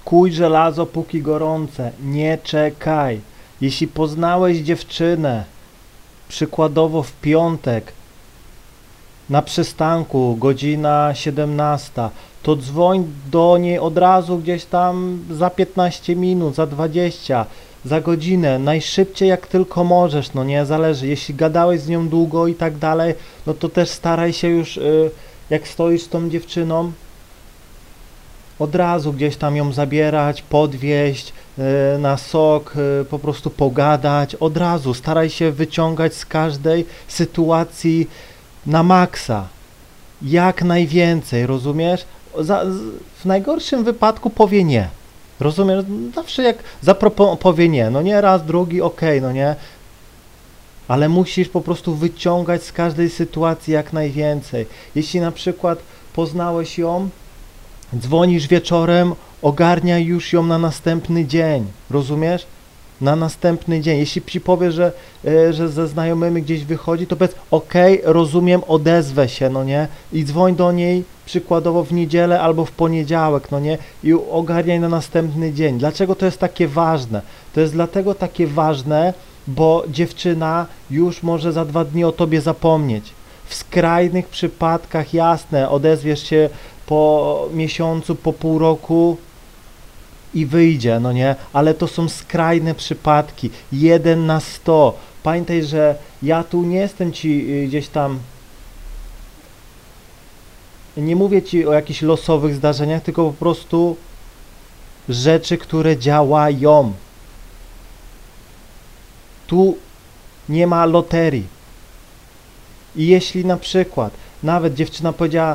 Kuj żelazo póki gorące, nie czekaj. Jeśli poznałeś dziewczynę, przykładowo w piątek, na przystanku, godzina 17, to dzwoń do niej od razu gdzieś tam za 15 minut, za 20, za godzinę, najszybciej jak tylko możesz, no nie, zależy, jeśli gadałeś z nią długo i tak dalej, no to też staraj się już, jak stoisz z tą dziewczyną, od razu gdzieś tam ją zabierać, podwieźć na sok, po prostu pogadać, od razu staraj się wyciągać z każdej sytuacji na maksa, jak najwięcej, rozumiesz? W najgorszym wypadku powie nie, rozumiesz? Zawsze jak powie nie, no nie, raz, drugi, okej, no nie? Ale musisz po prostu wyciągać z każdej sytuacji jak najwięcej. Jeśli na przykład poznałeś ją, dzwonisz wieczorem, ogarniaj już ją na następny dzień, rozumiesz? Na następny dzień. Jeśli ci powie, że ze znajomymi gdzieś wychodzi, to powiedz, okej, rozumiem, odezwę się, no nie? I dzwoń do niej przykładowo w niedzielę albo w poniedziałek, no nie? I ogarniaj na następny dzień. Dlaczego to jest takie ważne? To jest dlatego takie ważne, bo dziewczyna już może za 2 dni o tobie zapomnieć. W skrajnych przypadkach, jasne, odezwiesz się po miesiącu, po pół roku i wyjdzie, no nie? Ale to są skrajne przypadki, 1 na 100. Pamiętaj, że ja tu nie jestem ci gdzieś tam, nie mówię ci o jakichś losowych zdarzeniach, tylko po prostu rzeczy, które działają. Tu nie ma loterii. I jeśli na przykład nawet dziewczyna powiedziała,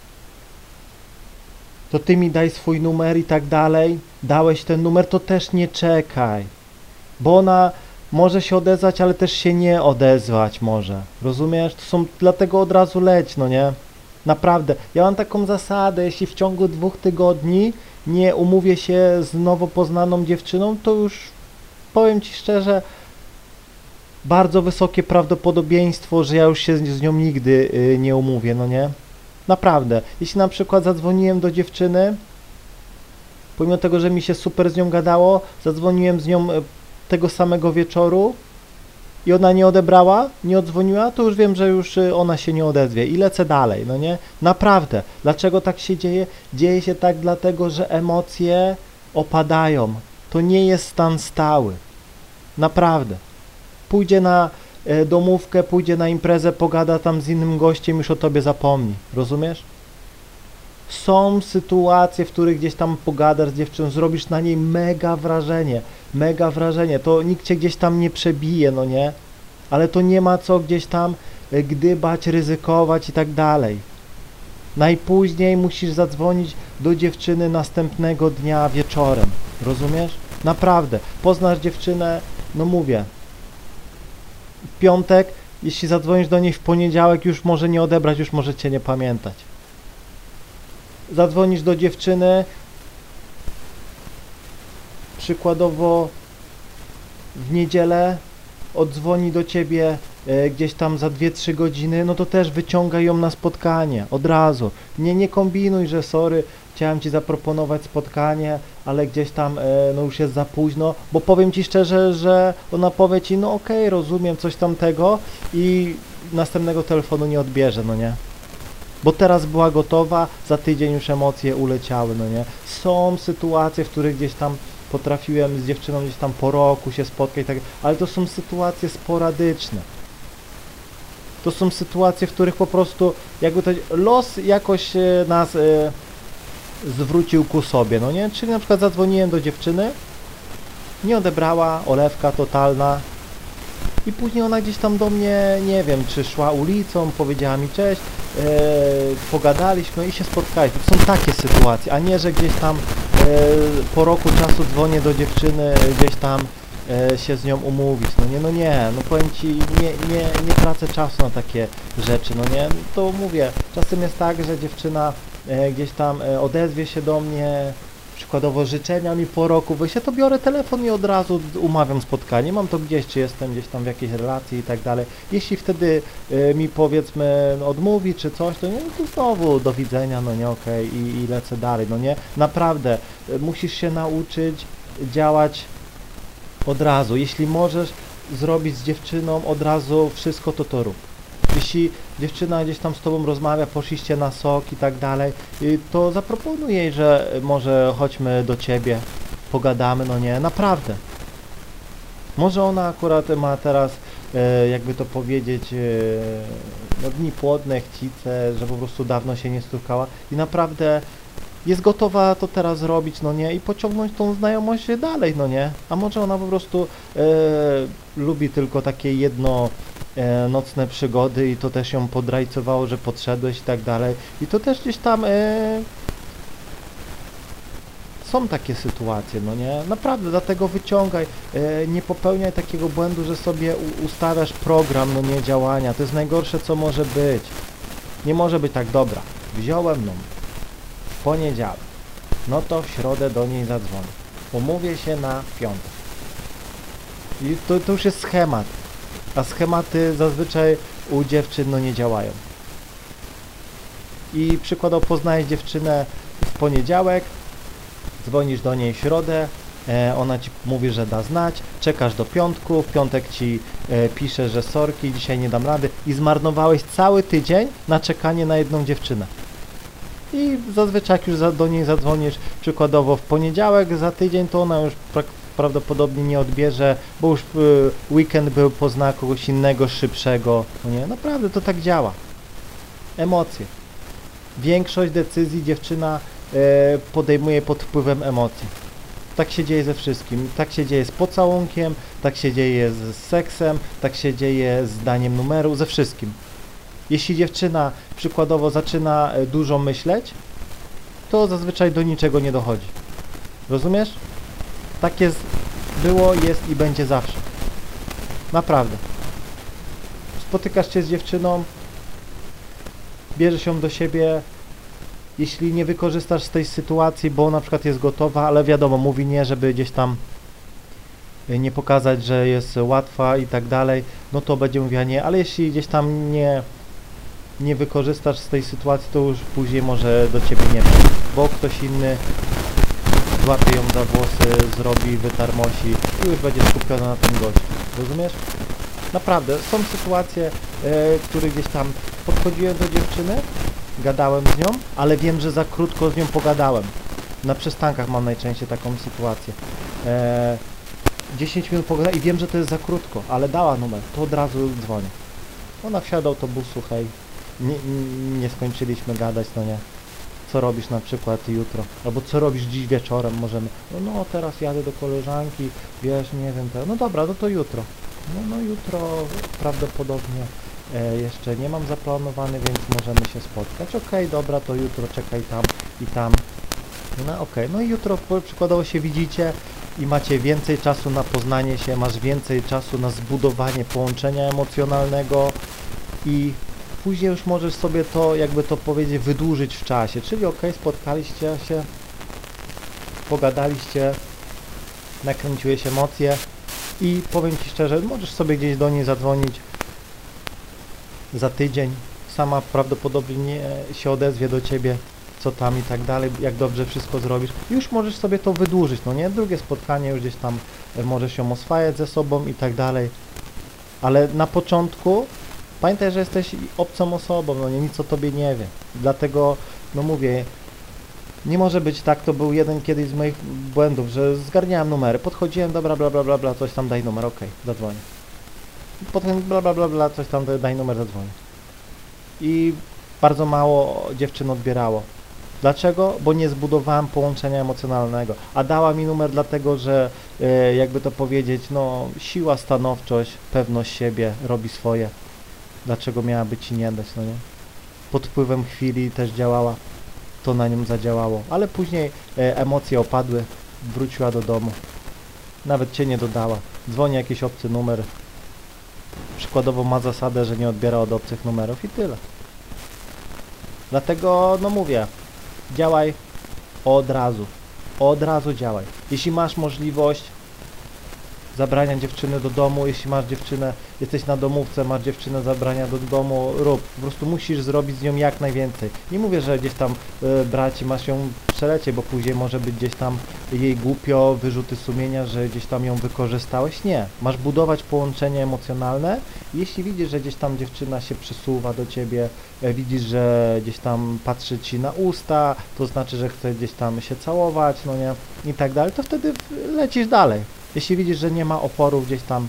to ty mi daj swój numer i tak dalej, dałeś ten numer, to też nie czekaj, bo ona może się odezwać, ale też się nie odezwać może, rozumiesz? Dlatego od razu leć, no nie? Naprawdę, ja mam taką zasadę, jeśli w ciągu 2 tygodni nie umówię się z nowo poznaną dziewczyną, to już powiem ci szczerze, bardzo wysokie prawdopodobieństwo, że ja już się z nią nigdy nie umówię, no nie? Naprawdę, jeśli na przykład zadzwoniłem do dziewczyny, pomimo tego, że mi się super z nią gadało, zadzwoniłem z nią tego samego wieczoru i ona nie odebrała, nie odzwoniła, to już wiem, że już ona się nie odezwie i lecę dalej, no nie? Naprawdę, dlaczego tak się dzieje? Dzieje się tak dlatego, że emocje opadają, to nie jest stan stały, naprawdę. Pójdzie na domówkę, pójdzie na imprezę, pogada tam z innym gościem, już o tobie zapomni, rozumiesz? Są sytuacje, w których gdzieś tam pogadasz z dziewczyną, zrobisz na niej mega wrażenie, to nikt cię gdzieś tam nie przebije, no nie? Ale to nie ma co gdzieś tam gdybać, ryzykować i tak dalej. Najpóźniej musisz zadzwonić do dziewczyny następnego dnia wieczorem, rozumiesz? Naprawdę, poznasz dziewczynę, no mówię, w piątek, jeśli zadzwonisz do niej w poniedziałek, już może nie odebrać, już może cię nie pamiętać. Zadzwonisz do dziewczyny, przykładowo w niedzielę, odzwoni do ciebie gdzieś tam za 2-3 godziny, no to też wyciągaj ją na spotkanie, od razu. Nie kombinuj, że sorry, chciałem ci zaproponować spotkanie, ale gdzieś tam no już jest za późno, bo powiem ci szczerze, że ona powie ci, no okej, rozumiem, coś tamtego i następnego telefonu nie odbierze, no nie? Bo teraz była gotowa, za tydzień już emocje uleciały, no nie? Są sytuacje, w których gdzieś tam potrafiłem z dziewczyną gdzieś tam po roku się spotkać, tak, ale to są sytuacje sporadyczne. To są sytuacje, w których po prostu jakby to los jakoś nas zwrócił ku sobie, no nie? Czyli na przykład zadzwoniłem do dziewczyny, nie odebrała, olewka totalna i później ona gdzieś tam do mnie, nie wiem, czy szła ulicą, powiedziała mi cześć, pogadaliśmy i się spotkaliśmy. To są takie sytuacje, a nie, że gdzieś tam po roku czasu dzwonię do dziewczyny, gdzieś tam się z nią umówić, no nie, no powiem ci, nie tracę czasu na takie rzeczy, no nie, to mówię, czasem jest tak, że dziewczyna gdzieś tam odezwie się do mnie, przykładowo życzenia mi po roku wyjścia, to biorę telefon i od razu umawiam spotkanie, mam to gdzieś, czy jestem gdzieś tam w jakiejś relacji i tak dalej. Jeśli wtedy mi powiedzmy odmówi czy coś, to nie, no to znowu do widzenia, no nie, okej, i lecę dalej, no nie. Naprawdę, musisz się nauczyć działać od razu. Jeśli możesz zrobić z dziewczyną od razu wszystko, to rób. Jeśli dziewczyna gdzieś tam z tobą rozmawia, poszliście na sok i tak dalej, to zaproponuj jej, że może chodźmy do ciebie, pogadamy, no nie, naprawdę. Może ona akurat ma teraz, jakby to powiedzieć, no dni płodne, chcice, że po prostu dawno się nie stukała i naprawdę jest gotowa to teraz zrobić, no nie, i pociągnąć tą znajomość dalej, no nie. A może ona po prostu lubi tylko takie jedno nocne przygody i to też ją podrajcowało, że podszedłeś i tak dalej. I to też gdzieś tam są takie sytuacje, no nie? Naprawdę, dlatego wyciągaj, nie popełniaj takiego błędu, że sobie ustawiasz program, no nie, działania. To jest najgorsze, co może być. Nie może być tak, dobra, wziąłem numer w poniedziałek, no to w środę do niej zadzwonię. Umówię się na piątek. I to już jest schemat. A schematy zazwyczaj u dziewczyn no nie działają. I przykładowo poznajesz dziewczynę w poniedziałek, dzwonisz do niej w środę, ona ci mówi, że da znać, czekasz do piątku, w piątek ci pisze, że sorki, dzisiaj nie dam rady i zmarnowałeś cały tydzień na czekanie na jedną dziewczynę. I zazwyczaj jak już do niej zadzwonisz przykładowo w poniedziałek, za tydzień to ona już prawdopodobnie nie odbierze, bo już weekend był, pozna kogoś innego, szybszego. No nie, naprawdę to tak działa. Emocje. Większość decyzji dziewczyna podejmuje pod wpływem emocji. Tak się dzieje ze wszystkim. Tak się dzieje z pocałunkiem, tak się dzieje z seksem, tak się dzieje z daniem numeru, ze wszystkim. Jeśli dziewczyna przykładowo zaczyna dużo myśleć, to zazwyczaj do niczego nie dochodzi. Rozumiesz? Tak jest, było, jest i będzie zawsze. Naprawdę. Spotykasz się z dziewczyną, bierzesz ją do siebie, jeśli nie wykorzystasz z tej sytuacji, bo na przykład jest gotowa, ale wiadomo, mówi nie, żeby gdzieś tam nie pokazać, że jest łatwa i tak dalej, no to będzie mówiła nie, ale jeśli gdzieś tam nie wykorzystasz z tej sytuacji, to już później może do ciebie nie przyjść, bo ktoś inny złapie ją za włosy, zrobi, wytarmosi i już będzie skupiona na tym gościu. Rozumiesz? Naprawdę, są sytuacje, które gdzieś tam podchodziłem do dziewczyny, gadałem z nią, ale wiem, że za krótko z nią pogadałem. Na przystankach mam najczęściej taką sytuację. 10 minut pogadałem i wiem, że to jest za krótko, ale dała numer, to od razu dzwonię. Ona wsiada do autobusu, hej, nie skończyliśmy gadać, no nie. Co robisz na przykład jutro, albo co robisz dziś wieczorem, możemy, no teraz jadę do koleżanki, wiesz, nie wiem, no dobra, no to jutro. No jutro prawdopodobnie jeszcze nie mam zaplanowany, więc możemy się spotkać. Okej, dobra, to jutro czekaj tam i tam. No okej, no i jutro przykładowo się widzicie i macie więcej czasu na poznanie się, masz więcej czasu na zbudowanie połączenia emocjonalnego i później już możesz sobie to, jakby to powiedzieć, wydłużyć w czasie. Czyli okej, spotkaliście się, pogadaliście, nakręciłeś emocje i powiem ci szczerze, możesz sobie gdzieś do niej zadzwonić za tydzień. Sama prawdopodobnie się odezwie do ciebie, co tam i tak dalej, jak dobrze wszystko zrobisz. Już możesz sobie to wydłużyć, no nie? Drugie spotkanie już gdzieś tam możesz ją oswajać ze sobą i tak dalej. Ale na początku pamiętaj, że jesteś obcą osobą, no nie, nic o tobie nie wie. Dlatego, no mówię, nie może być tak, to był jeden kiedyś z moich błędów, że zgarniałem numery, podchodziłem, dobra, bla, bla, bla, bla, coś tam, daj numer, okej, zadzwonię. Potem bla, bla, bla, bla, coś tam, daj numer, zadzwonię. I bardzo mało dziewczyn odbierało. Dlaczego? Bo nie zbudowałem połączenia emocjonalnego. A dała mi numer dlatego, że jakby to powiedzieć, no siła, stanowczość, pewność siebie robi swoje. Dlaczego miałaby ci nie dać, no nie? Pod wpływem chwili też działała, to na nią zadziałało, ale później emocje opadły, wróciła do domu, nawet cię nie dodała, dzwoni jakiś obcy numer, przykładowo ma zasadę, że nie odbiera od obcych numerów i tyle. Dlatego, no mówię, działaj od razu. od razu działaj. Jeśli masz możliwość zabrania dziewczyny do domu, jeśli masz dziewczynę, jesteś na domówce, masz dziewczynę zabrania do domu, rób. Po prostu musisz zrobić z nią jak najwięcej. Nie mówię, że gdzieś tam brać i masz ją przelecieć, bo później może być gdzieś tam jej głupio, wyrzuty sumienia, że gdzieś tam ją wykorzystałeś. Nie. Masz budować połączenie emocjonalne. Jeśli widzisz, że gdzieś tam dziewczyna się przysuwa do ciebie, widzisz, że gdzieś tam patrzy ci na usta, to znaczy, że chce gdzieś tam się całować, no nie, i tak dalej, to wtedy lecisz dalej. Jeśli widzisz, że nie ma oporu gdzieś tam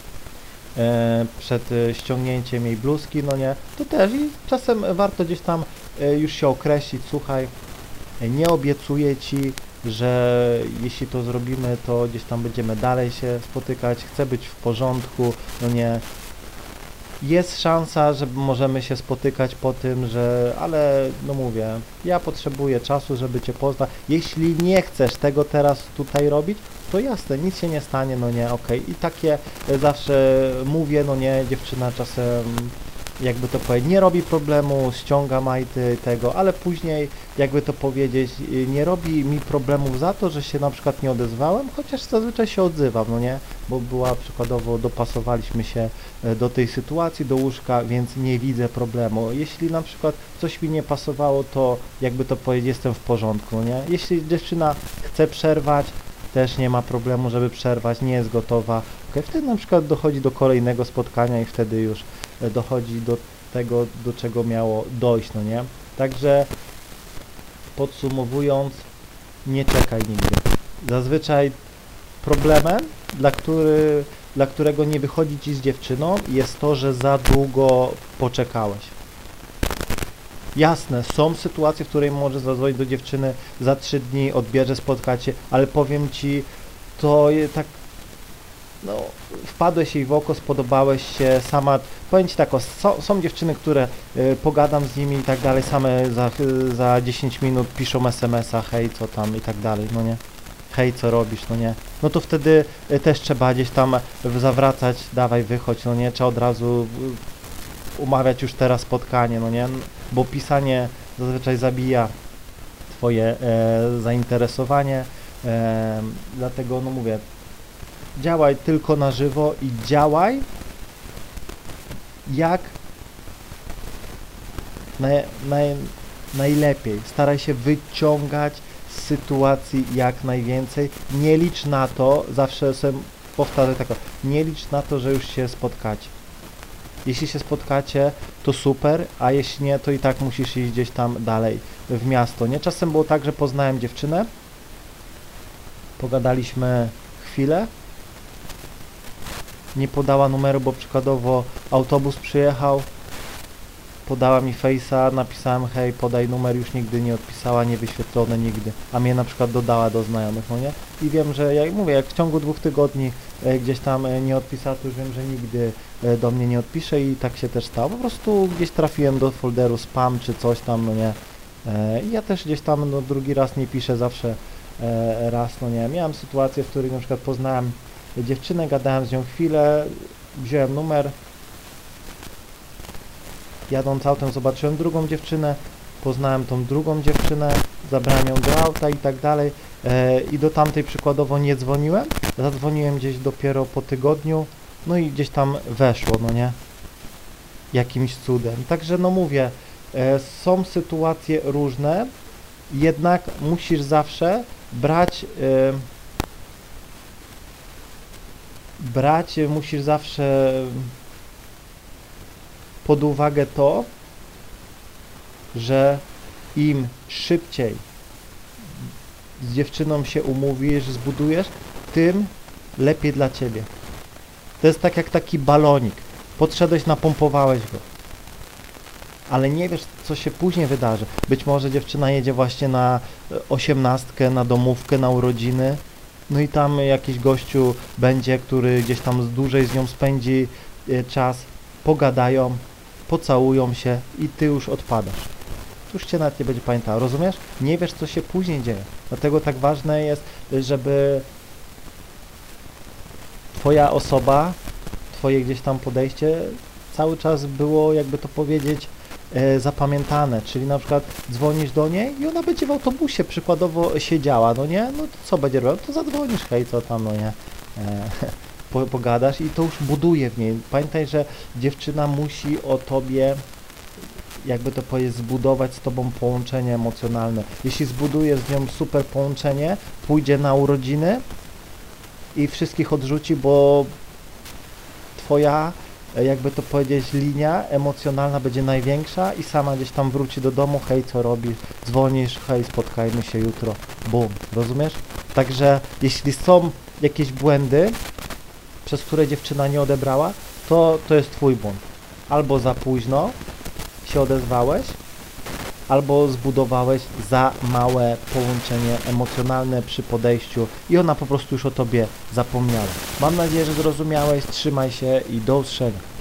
przed ściągnięciem jej bluzki, no nie, to też i czasem warto gdzieś tam już się określić, słuchaj, nie obiecuję ci, że jeśli to zrobimy, to gdzieś tam będziemy dalej się spotykać, chcę być w porządku, no nie, jest szansa, że możemy się spotykać po tym, że, ale no mówię, ja potrzebuję czasu, żeby cię poznać. Jeśli nie chcesz tego teraz tutaj robić, to jasne, nic się nie stanie, no nie, okej. I takie zawsze mówię, no nie, dziewczyna czasem, jakby to powiedzieć, nie robi problemu, ściąga majty tego, ale później, jakby to powiedzieć, nie robi mi problemów za to, że się na przykład nie odezwałem, chociaż zazwyczaj się odzywam, no nie, bo była przykładowo, dopasowaliśmy się do tej sytuacji, do łóżka, więc nie widzę problemu. Jeśli na przykład coś mi nie pasowało, to jakby to powiedzieć, jestem w porządku, no nie. Jeśli dziewczyna chce przerwać, też nie ma problemu, żeby przerwać, nie jest gotowa. Okay, wtedy na przykład dochodzi do kolejnego spotkania i wtedy już dochodzi do tego, do czego miało dojść, no nie? Także podsumowując, nie czekaj nigdy. Zazwyczaj problemem, dla którego nie wychodzi ci z dziewczyną, jest to, że za długo poczekałeś. Jasne, są sytuacje, w której możesz zadzwonić do dziewczyny za 3 dni, odbierze, spotkacie, ale powiem ci, to tak, no, wpadłeś jej w oko, spodobałeś się, sama, powiem ci tak, są dziewczyny, które pogadam z nimi i tak dalej, same za 10 minut piszą SMS-a, hej, co tam i tak dalej, no nie, hej, co robisz, no nie, no to wtedy też trzeba gdzieś tam zawracać, dawaj, wychodź, no nie, trzeba od razu umawiać już teraz spotkanie, no nie, bo pisanie zazwyczaj zabija twoje zainteresowanie, dlatego no mówię, działaj tylko na żywo i działaj jak najlepiej. Staraj się wyciągać z sytuacji jak najwięcej. Nie licz na to, zawsze sobie powtarzam tak, nie licz na to, że już się spotkacie. Jeśli się spotkacie, to super, a jeśli nie, to i tak musisz iść gdzieś tam dalej w miasto, nie? Czasem było tak, że poznałem dziewczynę, pogadaliśmy chwilę, nie podała numeru, bo przykładowo autobus przyjechał, podała mi face'a, napisałem hej, podaj numer, już nigdy nie odpisała, nie wyświetlone nigdy, a mnie na przykład dodała do znajomych, no nie? I wiem, że jak mówię, jak w ciągu 2 tygodni gdzieś tam nie odpisała, to już wiem, że nigdy do mnie nie odpisze i tak się też stało. Po prostu gdzieś trafiłem do folderu spam czy coś tam, no nie? I ja też gdzieś tam no, drugi raz nie piszę, zawsze raz, no nie? Miałem sytuację, w której na przykład poznałem dziewczynę, gadałem z nią chwilę, wziąłem numer, jadąc autem zobaczyłem drugą dziewczynę, poznałem tą drugą dziewczynę, zabrałem ją do auta i tak dalej i do tamtej przykładowo nie dzwoniłem, zadzwoniłem gdzieś dopiero po tygodniu, no i gdzieś tam weszło, no nie, jakimś cudem. Także no mówię, są sytuacje różne, jednak musisz zawsze musisz zawsze pod uwagę to, że im szybciej z dziewczyną się umówisz, zbudujesz, tym lepiej dla ciebie. To jest tak jak taki balonik. Podszedłeś, napompowałeś go. Ale nie wiesz, co się później wydarzy. Być może dziewczyna jedzie właśnie na 18, na domówkę, na urodziny. No i tam jakiś gościu będzie, który gdzieś tam dłużej z nią spędzi czas, pogadają, pocałują się i ty już odpadasz. Już cię nawet nie będzie pamiętała, rozumiesz? Nie wiesz, co się później dzieje. Dlatego tak ważne jest, żeby twoja osoba, twoje gdzieś tam podejście cały czas było, jakby to powiedzieć, zapamiętane, czyli na przykład dzwonisz do niej i ona będzie w autobusie przykładowo siedziała, no nie? No to co będzie robiła? To zadzwonisz, hej, co tam, no nie? Pogadasz i to już buduje w niej. Pamiętaj, że dziewczyna musi o tobie, jakby to powiedzieć, zbudować z tobą połączenie emocjonalne. Jeśli zbudujesz z nią super połączenie, pójdzie na urodziny i wszystkich odrzuci, bo twoja, jakby to powiedzieć, linia emocjonalna będzie największa i sama gdzieś tam wróci do domu, hej, co robisz, dzwonisz, hej, spotkajmy się jutro, bum, rozumiesz? Także jeśli są jakieś błędy, przez które dziewczyna nie odebrała, to jest twój błąd. Albo za późno się odezwałeś, albo zbudowałeś za małe połączenie emocjonalne przy podejściu i ona po prostu już o tobie zapomniała. Mam nadzieję, że zrozumiałeś, trzymaj się i do usłyszenia.